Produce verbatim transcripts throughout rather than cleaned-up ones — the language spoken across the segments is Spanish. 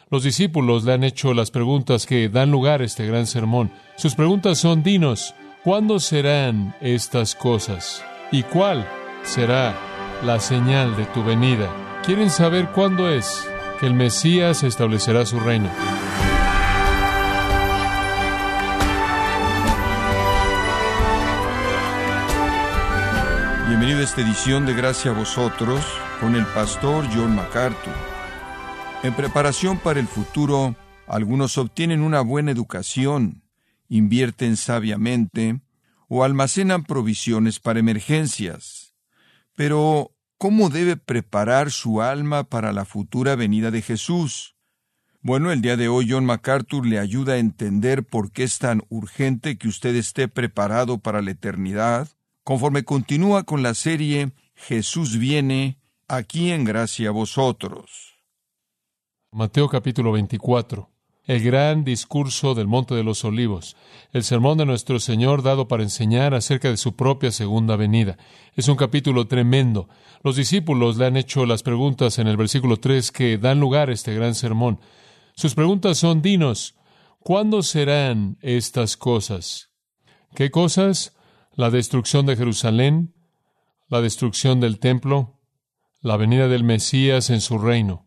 Los discípulos le han hecho las preguntas que dan lugar a este gran sermón. Sus preguntas son: dinos, ¿cuándo serán estas cosas? ¿Y cuál será la señal de tu venida? Quieren saber cuándo es que el Mesías establecerá su reino. Bienvenido a esta edición de Gracia a Vosotros con el pastor John MacArthur. En preparación para el futuro, algunos obtienen una buena educación, invierten sabiamente o almacenan provisiones para emergencias. Pero, ¿cómo debe preparar su alma para la futura venida de Jesús? Bueno, el día de hoy John MacArthur le ayuda a entender por qué es tan urgente que usted esté preparado para la eternidad, conforme continúa con la serie Jesús viene, aquí en Gracia a Vosotros. Mateo capítulo veinticuatro, el gran discurso del Monte de los Olivos, el sermón de nuestro Señor dado para enseñar acerca de su propia segunda venida. Es un capítulo tremendo. Los discípulos le han hecho las preguntas en el versículo tres que dan lugar a este gran sermón. Sus preguntas son: dinos, ¿cuándo serán estas cosas? ¿Qué cosas? La destrucción de Jerusalén, la destrucción del templo, la venida del Mesías en su reino.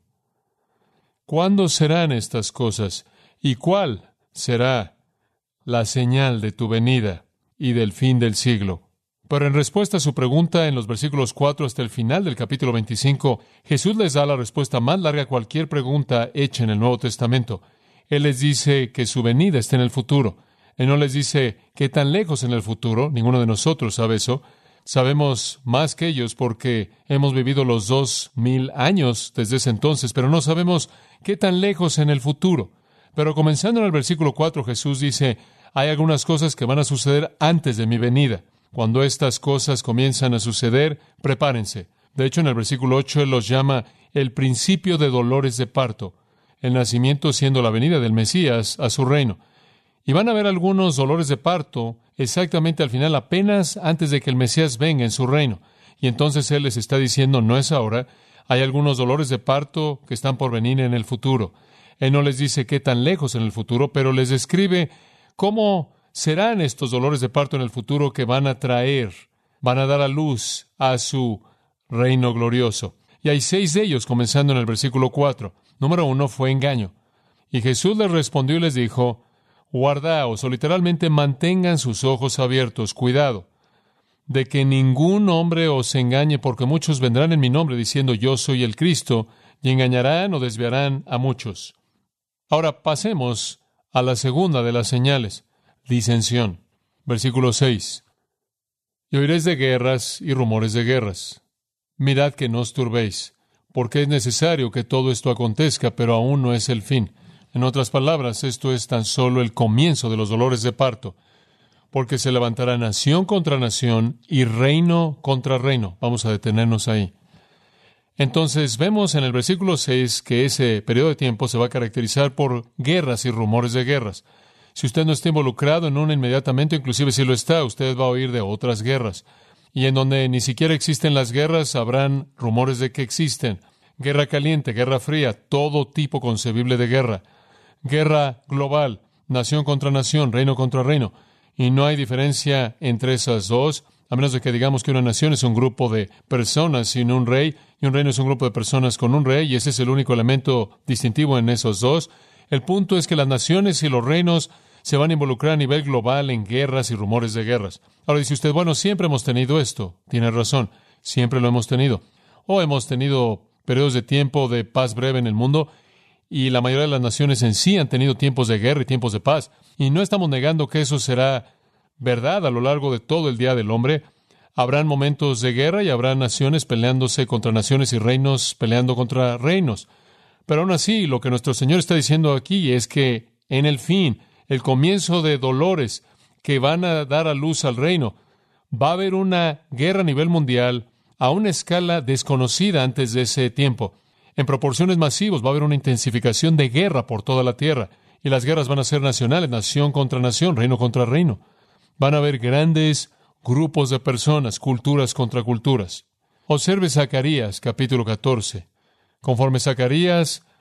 ¿Cuándo serán estas cosas? ¿Y cuál será la señal de tu venida y del fin del siglo? Pero en respuesta a su pregunta, en los versículos cuatro hasta el final del capítulo veinticinco, Jesús les da la respuesta más larga a cualquier pregunta hecha en el Nuevo Testamento. Él les dice que su venida está en el futuro. Él no les dice qué tan lejos en el futuro. Ninguno de nosotros sabe eso. Sabemos más que ellos porque hemos vivido los dos mil años desde ese entonces, pero no sabemos qué tan lejos en el futuro. Pero comenzando en el versículo cuatro, Jesús dice: hay algunas cosas que van a suceder antes de mi venida. Cuando estas cosas comienzan a suceder, prepárense. De hecho, en el versículo ocho, Él los llama el principio de dolores de parto, el nacimiento siendo la venida del Mesías a su reino. Y van a haber algunos dolores de parto exactamente al final, apenas antes de que el Mesías venga en su reino. Y entonces Él les está diciendo: no es ahora. Hay algunos dolores de parto que están por venir en el futuro. Él no les dice qué tan lejos en el futuro, pero les describe cómo serán estos dolores de parto en el futuro que van a traer, van a dar a luz a su reino glorioso. Y hay seis de ellos, comenzando en el versículo cuatro. Número uno fue engaño. Y Jesús les respondió y les dijo: guardaos, o literalmente mantengan sus ojos abiertos, cuidado, de que ningún hombre os engañe, porque muchos vendrán en mi nombre diciendo: yo soy el Cristo, y engañarán o desviarán a muchos. Ahora pasemos a la segunda de las señales, disensión. Versículo seis. Y oiréis de guerras y rumores de guerras. Mirad que no os turbéis, porque es necesario que todo esto acontezca, pero aún no es el fin. En otras palabras, esto es tan solo el comienzo de los dolores de parto, porque se levantará nación contra nación y reino contra reino. Vamos a detenernos ahí. Entonces, vemos en el versículo seis que ese periodo de tiempo se va a caracterizar por guerras y rumores de guerras. Si usted no está involucrado en una inmediatamente, inclusive si lo está, usted va a oír de otras guerras. Y en donde ni siquiera existen las guerras, habrán rumores de que existen. Guerra caliente, guerra fría, todo tipo concebible de guerra. Guerra global, nación contra nación, reino contra reino. Y no hay diferencia entre esas dos, a menos de que digamos que una nación es un grupo de personas sin un rey, y un reino es un grupo de personas con un rey, y ese es el único elemento distintivo en esos dos. El punto es que las naciones y los reinos se van a involucrar a nivel global en guerras y rumores de guerras. Ahora dice usted: bueno, siempre hemos tenido esto. Tiene razón, siempre lo hemos tenido. O hemos tenido periodos de tiempo de paz breve en el mundo, y la mayoría de las naciones en sí han tenido tiempos de guerra y tiempos de paz. Y no estamos negando que eso será verdad a lo largo de todo el día del hombre. Habrán momentos de guerra y habrá naciones peleándose contra naciones y reinos peleando contra reinos. Pero aún así, lo que nuestro Señor está diciendo aquí es que en el fin, el comienzo de dolores que van a dar a luz al reino, va a haber una guerra a nivel mundial a una escala desconocida antes de ese tiempo. En proporciones masivas va a haber una intensificación de guerra por toda la tierra. Y las guerras van a ser nacionales, nación contra nación, reino contra reino. Van a haber grandes grupos de personas, culturas contra culturas. Observe Zacarías, capítulo catorce. Conforme Zacarías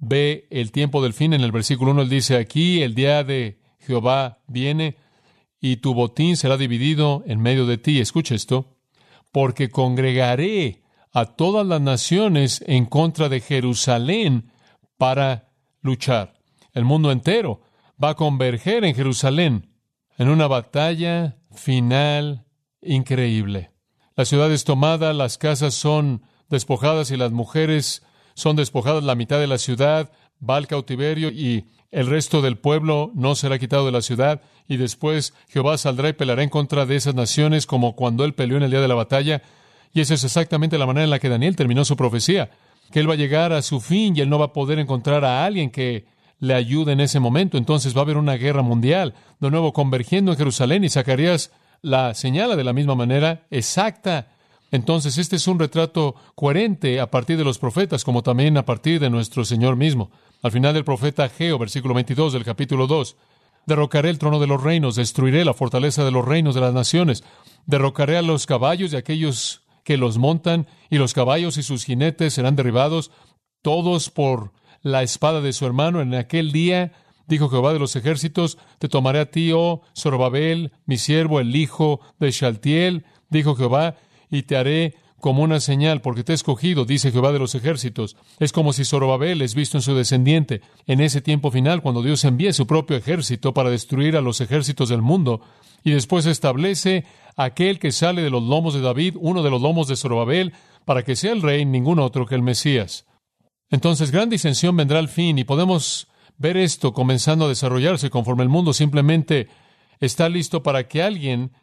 ve el tiempo del fin. En el versículo uno él dice aquí, el día de Jehová viene y tu botín será dividido en medio de ti. Escucha esto, porque congregaré a todas las naciones en contra de Jerusalén para luchar. El mundo entero va a converger en Jerusalén en una batalla final increíble. La ciudad es tomada, las casas son despojadas y las mujeres son despojadas. La mitad de la ciudad va al cautiverio y el resto del pueblo no será quitado de la ciudad. Y después Jehová saldrá y peleará en contra de esas naciones como cuando él peleó en el día de la batalla. Y esa es exactamente la manera en la que Daniel terminó su profecía, que él va a llegar a su fin y él no va a poder encontrar a alguien que le ayude en ese momento. Entonces va a haber una guerra mundial, de nuevo convergiendo en Jerusalén, y Zacarías la señala de la misma manera exacta. Entonces este es un retrato coherente a partir de los profetas, como también a partir de nuestro Señor mismo. Al final del profeta Ageo, versículo veintidós del capítulo dos, derrocaré el trono de los reinos, destruiré la fortaleza de los reinos de las naciones, derrocaré a los caballos y a aquellos que los montan, y los caballos y sus jinetes serán derribados, todos por la espada de su hermano. En aquel día, dijo Jehová de los ejércitos, te tomaré a ti, oh Zorobabel, mi siervo, el hijo de Shaltiel, dijo Jehová, y te haré como una señal, porque te he escogido, dice Jehová de los ejércitos. Es como si Zorobabel es visto en su descendiente. En ese tiempo final, cuando Dios envíe su propio ejército para destruir a los ejércitos del mundo, y después establece aquel que sale de los lomos de David, uno de los lomos de Zorobabel, para que sea el rey, ningún otro que el Mesías. Entonces, gran disensión vendrá al fin, y podemos ver esto comenzando a desarrollarse conforme el mundo simplemente está listo para que alguien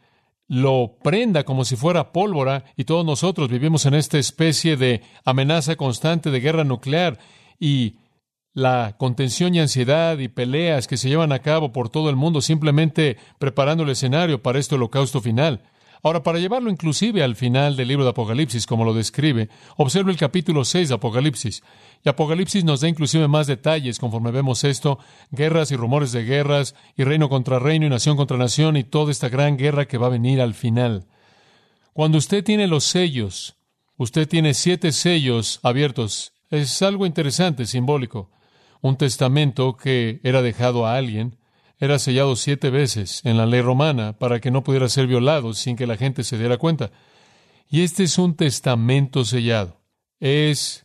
lo prenda como si fuera pólvora, y todos nosotros vivimos en esta especie de amenaza constante de guerra nuclear, y la contención y ansiedad y peleas que se llevan a cabo por todo el mundo simplemente preparando el escenario para este holocausto final. Ahora, para llevarlo inclusive al final del libro de Apocalipsis, como lo describe, observe el capítulo seis de Apocalipsis. Y Apocalipsis nos da inclusive más detalles conforme vemos esto, guerras y rumores de guerras, y reino contra reino, y nación contra nación, y toda esta gran guerra que va a venir al final. Cuando usted tiene los sellos, usted tiene siete sellos abiertos. Es algo interesante, simbólico. Un testamento que era dejado a alguien era sellado siete veces en la ley romana para que no pudiera ser violado sin que la gente se diera cuenta. Y este es un testamento sellado. Es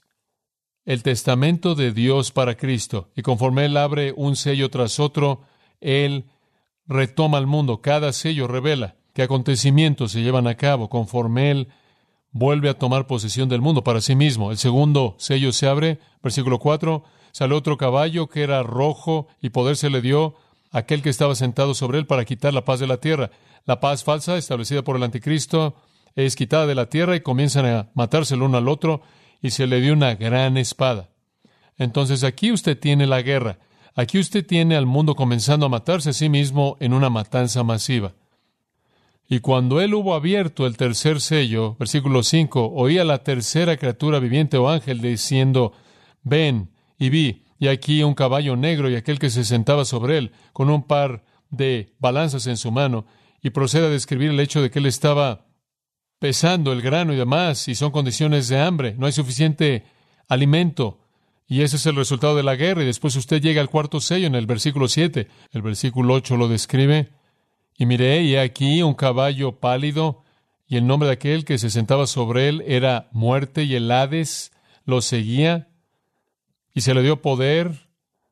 el testamento de Dios para Cristo. Y conforme Él abre un sello tras otro, Él retoma al mundo. Cada sello revela qué acontecimientos se llevan a cabo conforme Él vuelve a tomar posesión del mundo para sí mismo. El segundo sello se abre, versículo cuatro, salió otro caballo que era rojo y poder se le dio a aquel que estaba sentado sobre él para quitar la paz de la tierra. La paz falsa establecida por el anticristo es quitada de la tierra y comienzan a matarse el uno al otro y se le dio una gran espada. Entonces aquí usted tiene la guerra. Aquí usted tiene al mundo comenzando a matarse a sí mismo en una matanza masiva. Y cuando él hubo abierto el tercer sello, versículo cinco, oía la tercera criatura viviente o ángel diciendo, ven, y vi, y aquí un caballo negro y aquel que se sentaba sobre él, con un par de balanzas en su mano, y procede a describir el hecho de que él estaba pesando el grano y demás, y son condiciones de hambre, no hay suficiente alimento, y ese es el resultado de la guerra. Y después usted llega al cuarto sello en el versículo siete, el versículo ocho lo describe, y miré, y aquí un caballo pálido, y el nombre de aquel que se sentaba sobre él era Muerte, y el Hades lo seguía, y se le dio poder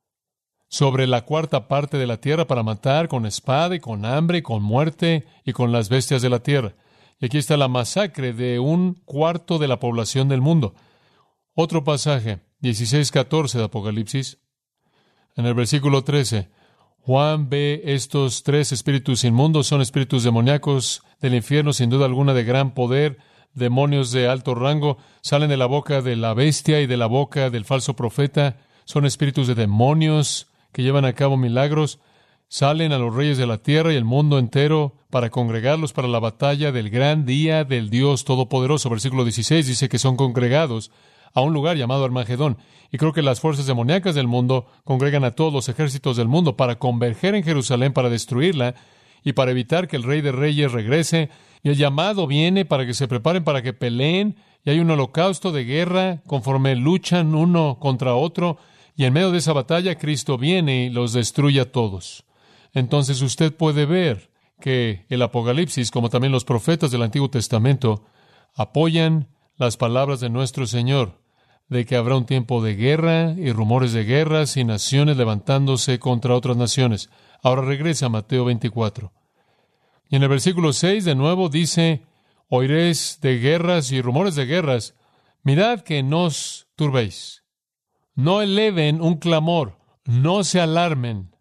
sobre la cuarta parte de la tierra para matar con espada y con hambre y con muerte y con las bestias de la tierra. Y aquí está la masacre de un cuarto de la población del mundo. Otro pasaje, dieciséis catorce de Apocalipsis, en el versículo trece. Juan ve estos tres espíritus inmundos, son espíritus demoníacos del infierno, sin duda alguna de gran poder, demonios de alto rango, salen de la boca de la bestia y de la boca del falso profeta, son espíritus de demonios que llevan a cabo milagros, salen a los reyes de la tierra y el mundo entero para congregarlos para la batalla del gran día del Dios Todopoderoso. Versículo dieciséis dice que son congregados a un lugar llamado Armagedón. Y creo que las fuerzas demoníacas del mundo congregan a todos los ejércitos del mundo para converger en Jerusalén, para destruirla y para evitar que el Rey de Reyes regrese. Y el llamado viene para que se preparen, para que peleen. Y hay un holocausto de guerra conforme luchan uno contra otro. Y en medio de esa batalla, Cristo viene y los destruye a todos. Entonces usted puede ver que el Apocalipsis, como también los profetas del Antiguo Testamento, apoyan las palabras de nuestro Señor, de que habrá un tiempo de guerra y rumores de guerras y naciones levantándose contra otras naciones. Ahora regresa a Mateo veinticuatro. Y en el versículo seis, de nuevo, dice, oiréis de guerras y rumores de guerras. Mirad que no os turbéis. No eleven un clamor. No se alarmen.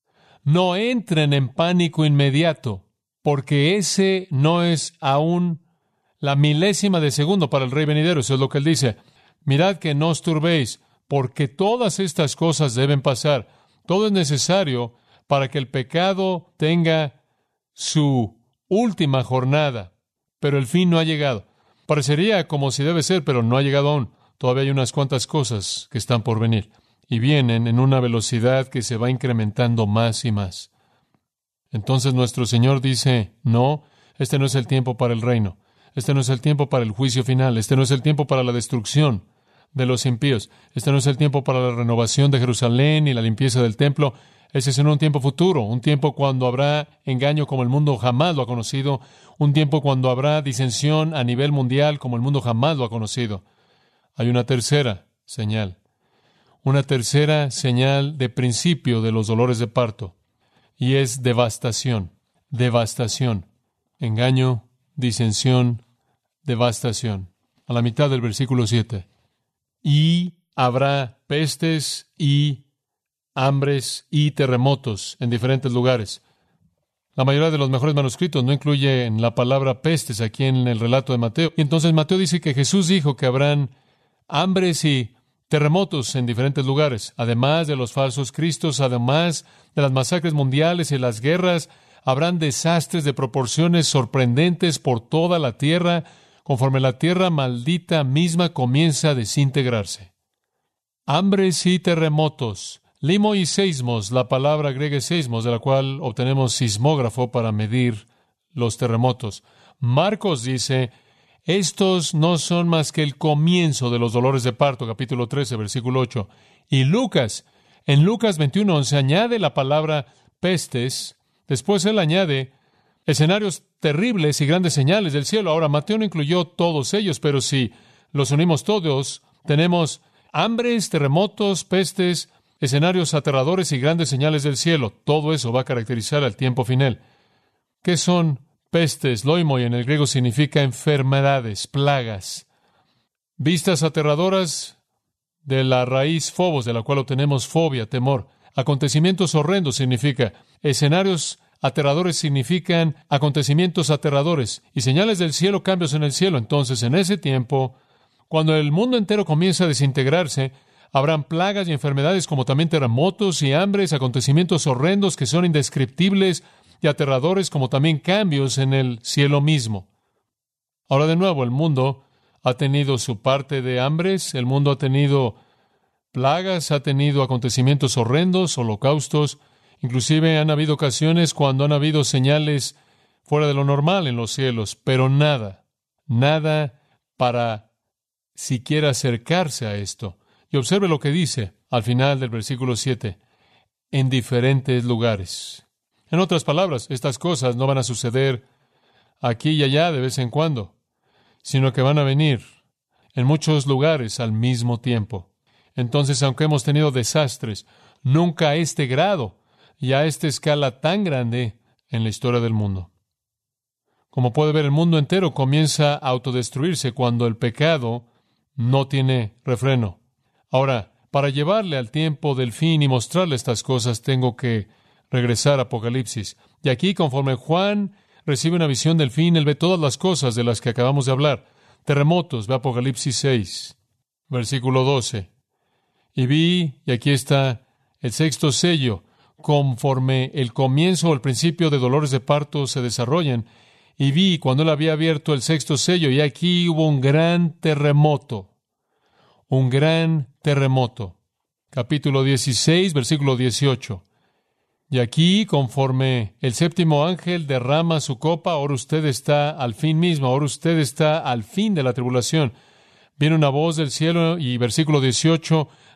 No entren en pánico inmediato, porque ese no es aún la milésima de segundo para el Rey venidero. Eso es lo que él dice. Mirad que no os turbéis, porque todas estas cosas deben pasar. Todo es necesario para que el pecado tenga su última jornada, pero el fin no ha llegado. Parecería como si debe ser, pero no ha llegado aún. Todavía hay unas cuantas cosas que están por venir, y vienen en una velocidad que se va incrementando más y más. Entonces nuestro Señor dice, no, este no es el tiempo para el reino. Este no es el tiempo para el juicio final. Este no es el tiempo para la destrucción de los impíos. Este no es el tiempo para la renovación de Jerusalén y la limpieza del templo. Ese es en un tiempo futuro, un tiempo cuando habrá engaño como el mundo jamás lo ha conocido, un tiempo cuando habrá disensión a nivel mundial como el mundo jamás lo ha conocido. Hay una tercera señal, una tercera señal de principio de los dolores de parto, y es devastación, devastación, engaño, disensión, devastación. A la mitad del versículo siete. Y habrá pestes y hambres y terremotos en diferentes lugares. La mayoría de los mejores manuscritos no incluyen la palabra pestes aquí en el relato de Mateo. Y entonces Mateo dice que Jesús dijo que habrán hambres y terremotos en diferentes lugares. Además de los falsos cristos, además de las masacres mundiales y las guerras, habrán desastres de proporciones sorprendentes por toda la tierra, conforme la tierra maldita misma comienza a desintegrarse. Hambres y terremotos. Limo y seismos, la palabra griega es seismos, de la cual obtenemos sismógrafo para medir los terremotos. Marcos dice, estos no son más que el comienzo de los dolores de parto, capítulo trece, versículo ocho. Y Lucas, en Lucas veintiuno once, añade la palabra pestes. Después él añade escenarios terribles y grandes señales del cielo. Ahora, Mateo no incluyó todos ellos, pero si los unimos todos, tenemos hambres, terremotos, pestes, escenarios aterradores y grandes señales del cielo. Todo eso va a caracterizar al tiempo final. ¿Qué son pestes? Loimoi en el griego significa enfermedades, plagas. Vistas aterradoras de la raíz phobos, de la cual obtenemos fobia, temor. Acontecimientos horrendos significa. Escenarios aterradores significan acontecimientos aterradores. Y señales del cielo, cambios en el cielo. Entonces, en ese tiempo, cuando el mundo entero comienza a desintegrarse, habrán plagas y enfermedades como también terremotos y hambres, acontecimientos horrendos que son indescriptibles y aterradores como también cambios en el cielo mismo. Ahora de nuevo, el mundo ha tenido su parte de hambres, el mundo ha tenido plagas, ha tenido acontecimientos horrendos, holocaustos, inclusive han habido ocasiones cuando han habido señales fuera de lo normal en los cielos, pero nada, nada para siquiera acercarse a esto. Y observe lo que dice al final del versículo siete, en diferentes lugares. En otras palabras, estas cosas no van a suceder aquí y allá de vez en cuando, sino que van a venir en muchos lugares al mismo tiempo. Entonces, aunque hemos tenido desastres, nunca a este grado y a esta escala tan grande en la historia del mundo. Como puede ver, el mundo entero comienza a autodestruirse cuando el pecado no tiene refreno. Ahora, para llevarle al tiempo del fin y mostrarle estas cosas, tengo que regresar a Apocalipsis. Y aquí, conforme Juan recibe una visión del fin, él ve todas las cosas de las que acabamos de hablar. Terremotos, ve Apocalipsis seis, versículo doce. Y vi, y aquí está el sexto sello, conforme el comienzo o el principio de dolores de parto se desarrollan. Y vi, cuando él había abierto el sexto sello, y aquí hubo un gran terremoto. Un gran terremoto. Capítulo dieciséis, versículo dieciocho. Y aquí, conforme el séptimo ángel derrama su copa, ahora usted está al fin mismo, ahora usted está al fin de la tribulación. Viene una voz del cielo y versículo dieciocho,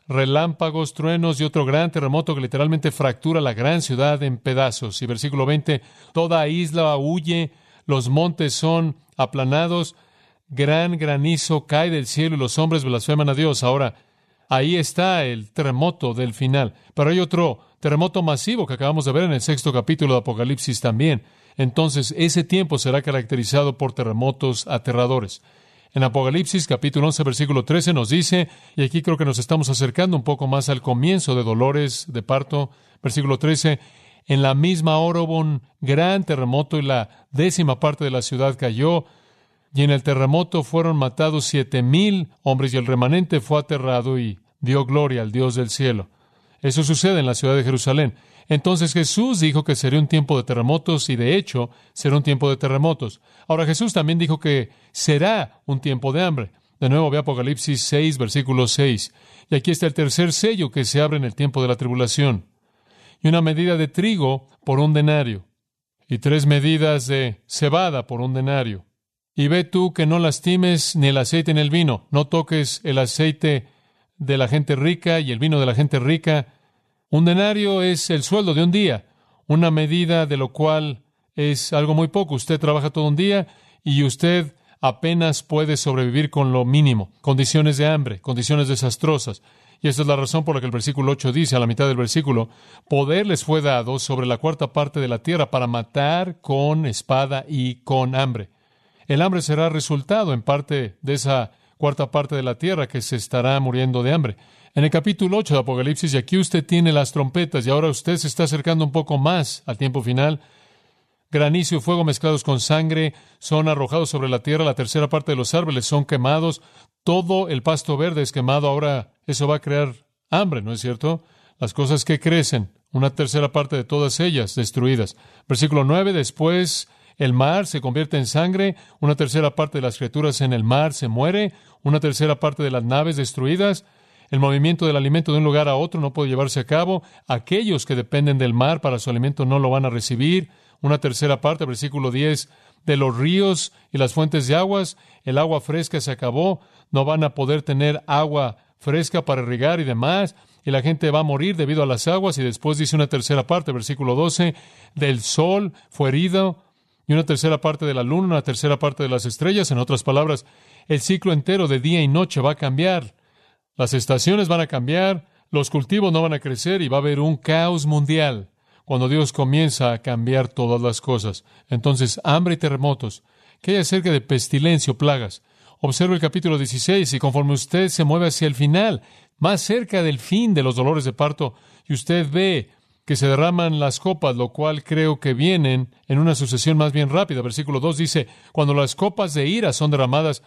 relámpagos, truenos y otro gran terremoto que literalmente fractura la gran ciudad en pedazos. Y versículo veinte, toda isla huye, los montes son aplanados, gran granizo cae del cielo y los hombres blasfeman a Dios. Ahora, ahí está el terremoto del final. Pero hay otro terremoto masivo que acabamos de ver en el sexto capítulo de Apocalipsis también. Entonces, ese tiempo será caracterizado por terremotos aterradores. En Apocalipsis capítulo once, versículo trece nos dice, y aquí creo que nos estamos acercando un poco más al comienzo de dolores de parto, versículo trece, en la misma hora hubo un gran terremoto y la décima parte de la ciudad cayó, y en el terremoto fueron matados siete mil hombres y el remanente fue aterrado y dio gloria al Dios del cielo. Eso sucede en la ciudad de Jerusalén. Entonces Jesús dijo que sería un tiempo de terremotos y de hecho será un tiempo de terremotos. Ahora Jesús también dijo que será un tiempo de hambre. De nuevo ve Apocalipsis seis, versículo seis. Y aquí está el tercer sello que se abre en el tiempo de la tribulación. Y una medida de trigo por un denario. Y tres medidas de cebada por un denario. Y ve tú que no lastimes ni el aceite ni el vino. No toques el aceite de la gente rica y el vino de la gente rica. Un denario es el sueldo de un día, una medida de lo cual es algo muy poco. Usted trabaja todo un día y usted apenas puede sobrevivir con lo mínimo. Condiciones de hambre, condiciones desastrosas. Y esta es la razón por la que el versículo ocho dice, a la mitad del versículo, poder les fue dado sobre la cuarta parte de la tierra para matar con espada y con hambre. El hambre será resultado en parte de esa cuarta parte de la tierra que se estará muriendo de hambre. En el capítulo ocho de Apocalipsis, y aquí usted tiene las trompetas, y ahora usted se está acercando un poco más al tiempo final. Granizo y fuego mezclados con sangre son arrojados sobre la tierra, la tercera parte de los árboles son quemados, todo el pasto verde es quemado. Ahora eso va a crear hambre, ¿no es cierto? Las cosas que crecen, una tercera parte de todas ellas destruidas. Versículo nueve, después el mar se convierte en sangre, una tercera parte de las criaturas en el mar se muere, una tercera parte de las naves destruidas. El movimiento del alimento de un lugar a otro no puede llevarse a cabo. Aquellos que dependen del mar para su alimento no lo van a recibir. Una tercera parte, versículo diez, de los ríos y las fuentes de aguas, el agua fresca se acabó, no van a poder tener agua fresca para irrigar y demás, y la gente va a morir debido a las aguas. Y después dice una tercera parte, versículo doce, del sol fue herido, y una tercera parte de la luna, una tercera parte de las estrellas. En otras palabras, el ciclo entero de día y noche va a cambiar. Las estaciones van a cambiar, los cultivos no van a crecer y va a haber un caos mundial cuando Dios comienza a cambiar todas las cosas. Entonces, hambre y terremotos. ¿Qué hay acerca de pestilencia o plagas? Observe el capítulo dieciséis y conforme usted se mueve hacia el final, más cerca del fin de los dolores de parto, y usted ve que se derraman las copas, lo cual creo que vienen en una sucesión más bien rápida. Versículo dos dice, cuando las copas de ira son derramadas,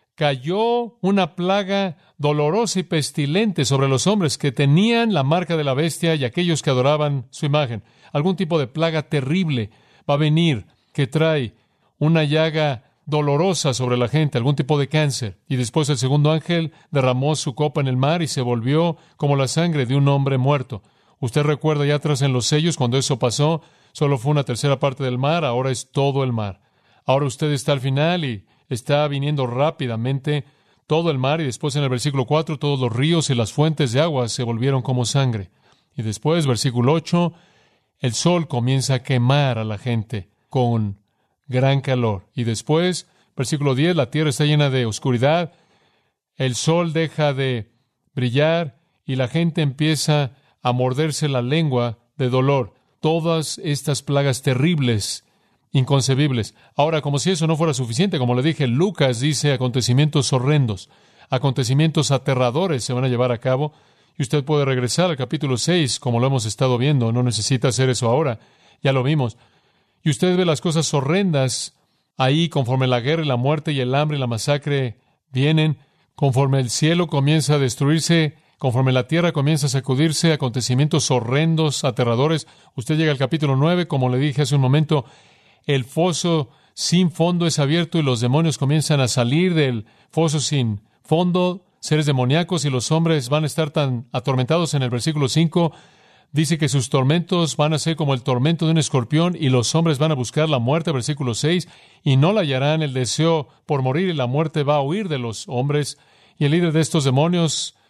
cayó una plaga dolorosa y pestilente sobre los hombres que tenían la marca de la bestia y aquellos que adoraban su imagen. Algún tipo de plaga terrible va a venir que trae una llaga dolorosa sobre la gente, algún tipo de cáncer. Y después el segundo ángel derramó su copa en el mar y se volvió como la sangre de un hombre muerto. Usted recuerda ya atrás en los sellos, cuando eso pasó, solo fue una tercera parte del mar, ahora es todo el mar. Ahora usted está al final y está viniendo rápidamente todo el mar, y después en el versículo cuatro, todos los ríos y las fuentes de agua se volvieron como sangre. Y después, versículo ocho, el sol comienza a quemar a la gente con gran calor. Y después, versículo diez, la tierra está llena de oscuridad, el sol deja de brillar y la gente empieza a morderse la lengua de dolor. Todas estas plagas terribles, inconcebibles. Ahora, como si eso no fuera suficiente, como le dije, Lucas dice acontecimientos horrendos, acontecimientos aterradores se van a llevar a cabo, y usted puede regresar al capítulo seis, como lo hemos estado viendo, no necesita hacer eso ahora, ya lo vimos, y usted ve las cosas horrendas ahí conforme la guerra y la muerte y el hambre y la masacre vienen, conforme el cielo comienza a destruirse, conforme la tierra comienza a sacudirse, acontecimientos horrendos, aterradores. Usted llega al capítulo nueve, como le dije hace un momento, el foso sin fondo es abierto y los demonios comienzan a salir del foso sin fondo, seres demoníacos, y los hombres van a estar tan atormentados. En el versículo cinco dice que sus tormentos van a ser como el tormento de un escorpión y los hombres van a buscar la muerte. Versículo seis, y no la hallarán, el deseo por morir y la muerte va a huir de los hombres. Y el líder de estos demonios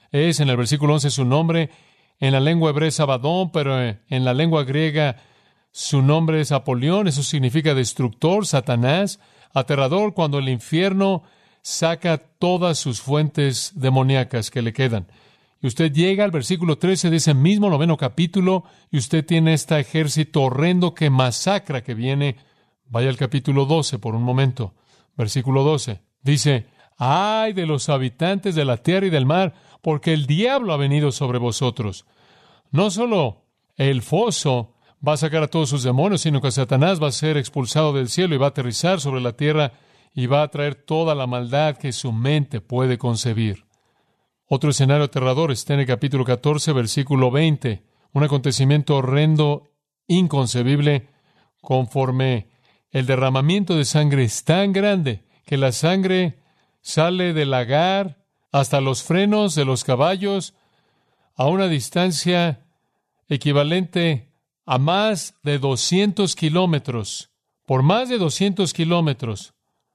es en el versículo once su nombre. En la lengua hebrea es Abadón, pero en la lengua griega su nombre es Apolión. Eso significa destructor, Satanás, aterrador, cuando el infierno saca todas sus fuentes demoníacas que le quedan. Y usted llega al versículo trece de ese mismo noveno capítulo y usted tiene este ejército horrendo que masacra que viene. Vaya al capítulo doce por un momento. Versículo doce. Dice, ¡ay de los habitantes de la tierra y del mar! Porque el diablo ha venido sobre vosotros. No solo el foso va a sacar a todos sus demonios, sino que Satanás va a ser expulsado del cielo y va a aterrizar sobre la tierra y va a traer toda la maldad que su mente puede concebir. Otro escenario aterrador está en el capítulo catorce, versículo veinte. Un acontecimiento horrendo, inconcebible, conforme el derramamiento de sangre es tan grande que la sangre sale del lagar hasta los frenos de los caballos a una distancia equivalente a más de doscientos kilómetros. Por más de doscientos kilómetros,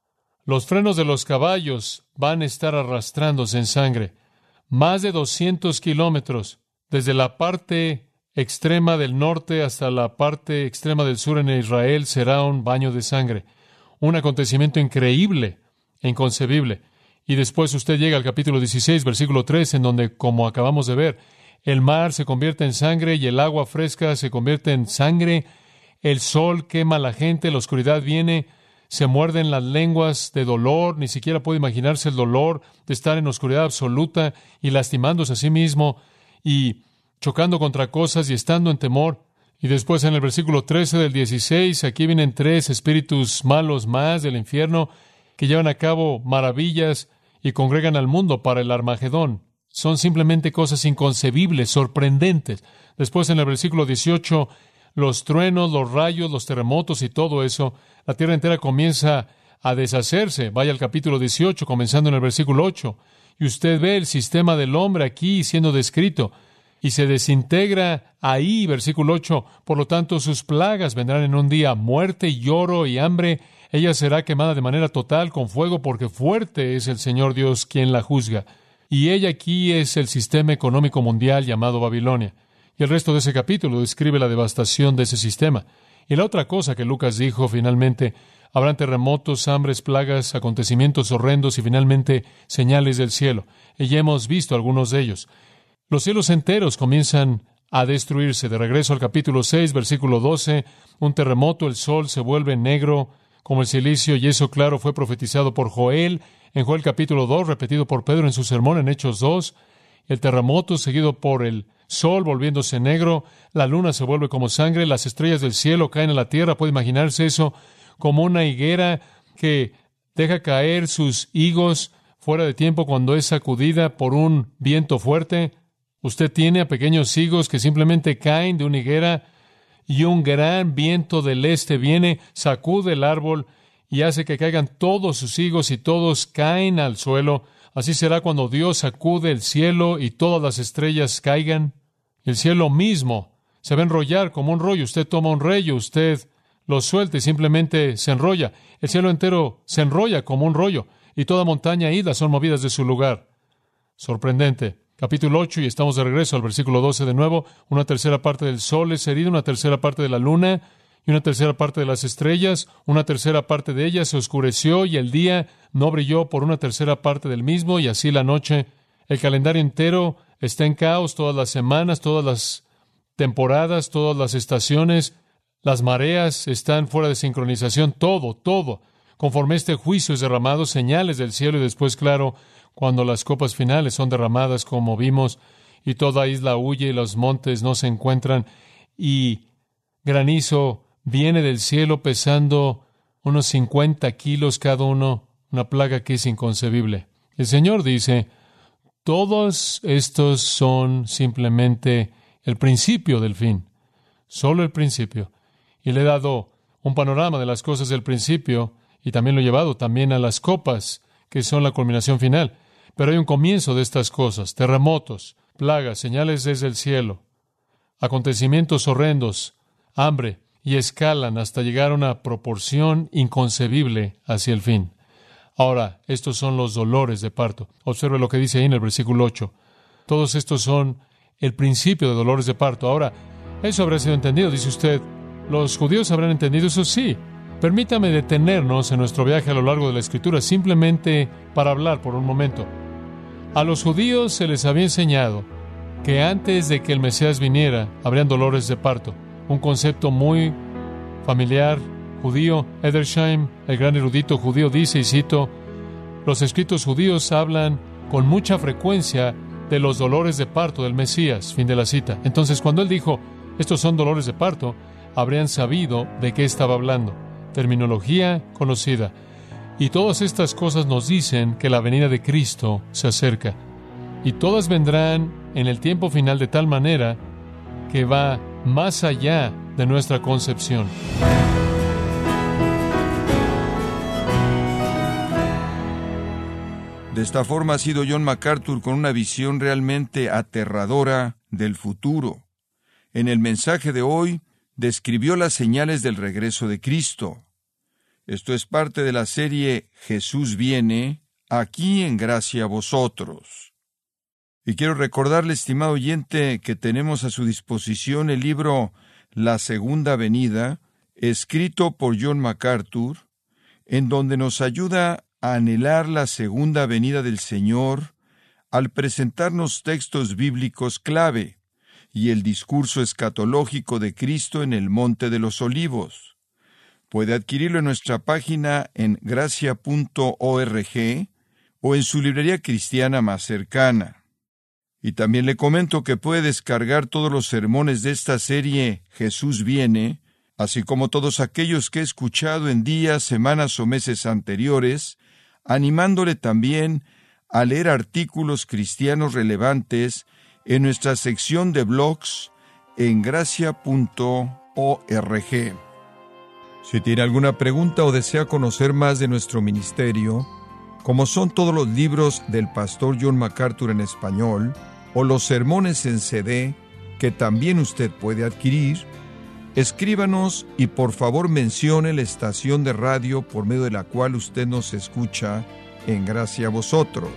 los frenos de los caballos van a estar arrastrándose en sangre. Más de doscientos kilómetros, desde la parte extrema del norte hasta la parte extrema del sur en Israel, será un baño de sangre. Un acontecimiento increíble e inconcebible. Y después usted llega al capítulo dieciséis, versículo tres, en donde, como acabamos de ver, el mar se convierte en sangre y el agua fresca se convierte en sangre. El sol quema a la gente, la oscuridad viene, se muerden las lenguas de dolor, ni siquiera puede imaginarse el dolor de estar en oscuridad absoluta y lastimándose a sí mismo y chocando contra cosas y estando en temor. Y después en el versículo trece del dieciséis, aquí vienen tres espíritus malos más del infierno que llevan a cabo maravillas y congregan al mundo para el Armagedón. Son simplemente cosas inconcebibles, sorprendentes. Después en el versículo dieciocho, los truenos, los rayos, los terremotos y todo eso, la tierra entera comienza a deshacerse. Vaya al capítulo dieciocho, comenzando en el versículo ocho. Y usted ve el sistema del hombre aquí siendo descrito. Y se desintegra ahí, versículo ocho. Por lo tanto, sus plagas vendrán en un día, muerte, lloro y hambre. Ella será quemada de manera total con fuego, porque fuerte es el Señor Dios quien la juzga. Y ella aquí es el sistema económico mundial llamado Babilonia. Y el resto de ese capítulo describe la devastación de ese sistema. Y la otra cosa que Lucas dijo, finalmente, habrán terremotos, hambres, plagas, acontecimientos horrendos y finalmente señales del cielo. Y ya hemos visto algunos de ellos. Los cielos enteros comienzan a destruirse. De regreso al capítulo seis, versículo doce, un terremoto, el sol se vuelve negro como el silicio, y eso, claro, fue profetizado por Joel en Joel capítulo dos, repetido por Pedro en su sermón en Hechos dos. El terremoto seguido por el sol volviéndose negro, la luna se vuelve como sangre, las estrellas del cielo caen a la tierra. Puede imaginarse eso como una higuera que deja caer sus higos fuera de tiempo cuando es sacudida por un viento fuerte. Usted tiene a pequeños higos que simplemente caen de una higuera y un gran viento del este viene, sacude el árbol y hace que caigan todos sus higos y todos caen al suelo. Así será cuando Dios sacude el cielo y todas las estrellas caigan. El cielo mismo se va a enrollar como un rollo. Usted toma un rollo, usted lo suelta y simplemente se enrolla. El cielo entero se enrolla como un rollo y toda montaña e isla son movidas de su lugar. Sorprendente. Capítulo ocho, y estamos de regreso al versículo doce de nuevo. Una tercera parte del sol es herida, una tercera parte de la luna y una tercera parte de las estrellas. Una tercera parte de ellas se oscureció y el día no brilló por una tercera parte del mismo, y así la noche. El calendario entero está en caos, todas las semanas, todas las temporadas, todas las estaciones, las mareas están fuera de sincronización, todo, todo. Conforme este juicio es derramado, señales del cielo, y después, claro, cuando las copas finales son derramadas, como vimos, y toda isla huye y los montes no se encuentran, y granizo viene del cielo pesando unos cincuenta kilos cada uno, una plaga que es inconcebible. El Señor dice, todos estos son simplemente el principio del fin, solo el principio. Y le he dado un panorama de las cosas del principio, y también lo he llevado también a las copas, que son la culminación final. Pero hay un comienzo de estas cosas: terremotos, plagas, señales desde el cielo, acontecimientos horrendos, hambre, y escalan hasta llegar a una proporción inconcebible hacia el fin. Ahora, estos son los dolores de parto. Observe lo que dice ahí en el versículo ocho. Todos estos son el principio de dolores de parto. Ahora, eso habrá sido entendido, dice usted. ¿Los judíos habrán entendido eso? Sí. Permítame detenernos en nuestro viaje a lo largo de la Escritura, simplemente para hablar por un momento. A los judíos se les había enseñado que antes de que el Mesías viniera, habrían dolores de parto. Un concepto muy familiar, judío. Edersheim, el gran erudito judío, dice, y cito, los escritos judíos hablan con mucha frecuencia de los dolores de parto del Mesías. Fin de la cita. Entonces, cuando él dijo, estos son dolores de parto, habrían sabido de qué estaba hablando. Terminología conocida. Y todas estas cosas nos dicen que la venida de Cristo se acerca. Y todas vendrán en el tiempo final de tal manera que va más allá de nuestra concepción. De esta forma ha sido John MacArthur con una visión realmente aterradora del futuro. En el mensaje de hoy, describió las señales del regreso de Cristo. Esto es parte de la serie Jesús viene, aquí en gracia a vosotros. Y quiero recordarle, estimado oyente, que tenemos a su disposición el libro La Segunda Venida, escrito por John MacArthur, en donde nos ayuda a anhelar la segunda venida del Señor al presentarnos textos bíblicos clave y el discurso escatológico de Cristo en el Monte de los Olivos. Puede adquirirlo en nuestra página en gracia punto org o en su librería cristiana más cercana. Y también le comento que puede descargar todos los sermones de esta serie Jesús viene, así como todos aquellos que he escuchado en días, semanas o meses anteriores, animándole también a leer artículos cristianos relevantes en nuestra sección de blogs en gracia punto org. Si tiene alguna pregunta o desea conocer más de nuestro ministerio, como son todos los libros del pastor John MacArthur en español, o los sermones en C D que también usted puede adquirir, escríbanos y por favor mencione la estación de radio por medio de la cual usted nos escucha en Gracia a Vosotros.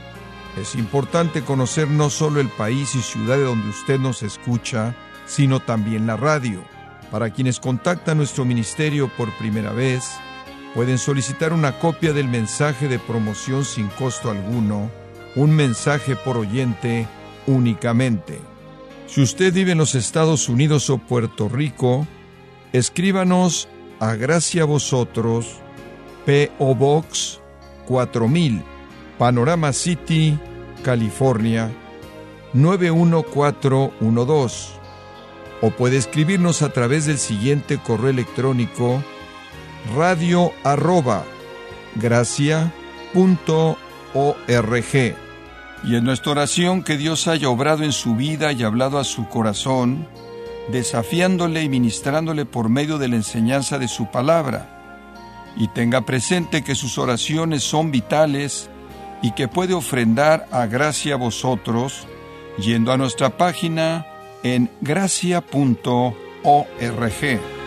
Es importante conocer no solo el país y ciudad de donde usted nos escucha, sino también la radio. Para quienes contactan nuestro ministerio por primera vez, pueden solicitar una copia del mensaje de promoción sin costo alguno, un mensaje por oyente únicamente. Si usted vive en los Estados Unidos o Puerto Rico, escríbanos a Gracia a Vosotros, P O Box cuatro mil, Panorama City, California, nueve uno cuatro uno dos. O puede escribirnos a través del siguiente correo electrónico, radio arroba gracia punto org. Y en nuestra oración que Dios haya obrado en su vida y hablado a su corazón, desafiándole y ministrándole por medio de la enseñanza de su palabra. Y tenga presente que sus oraciones son vitales y que puede ofrendar a Gracia a Vosotros yendo a nuestra página en gracia punto org.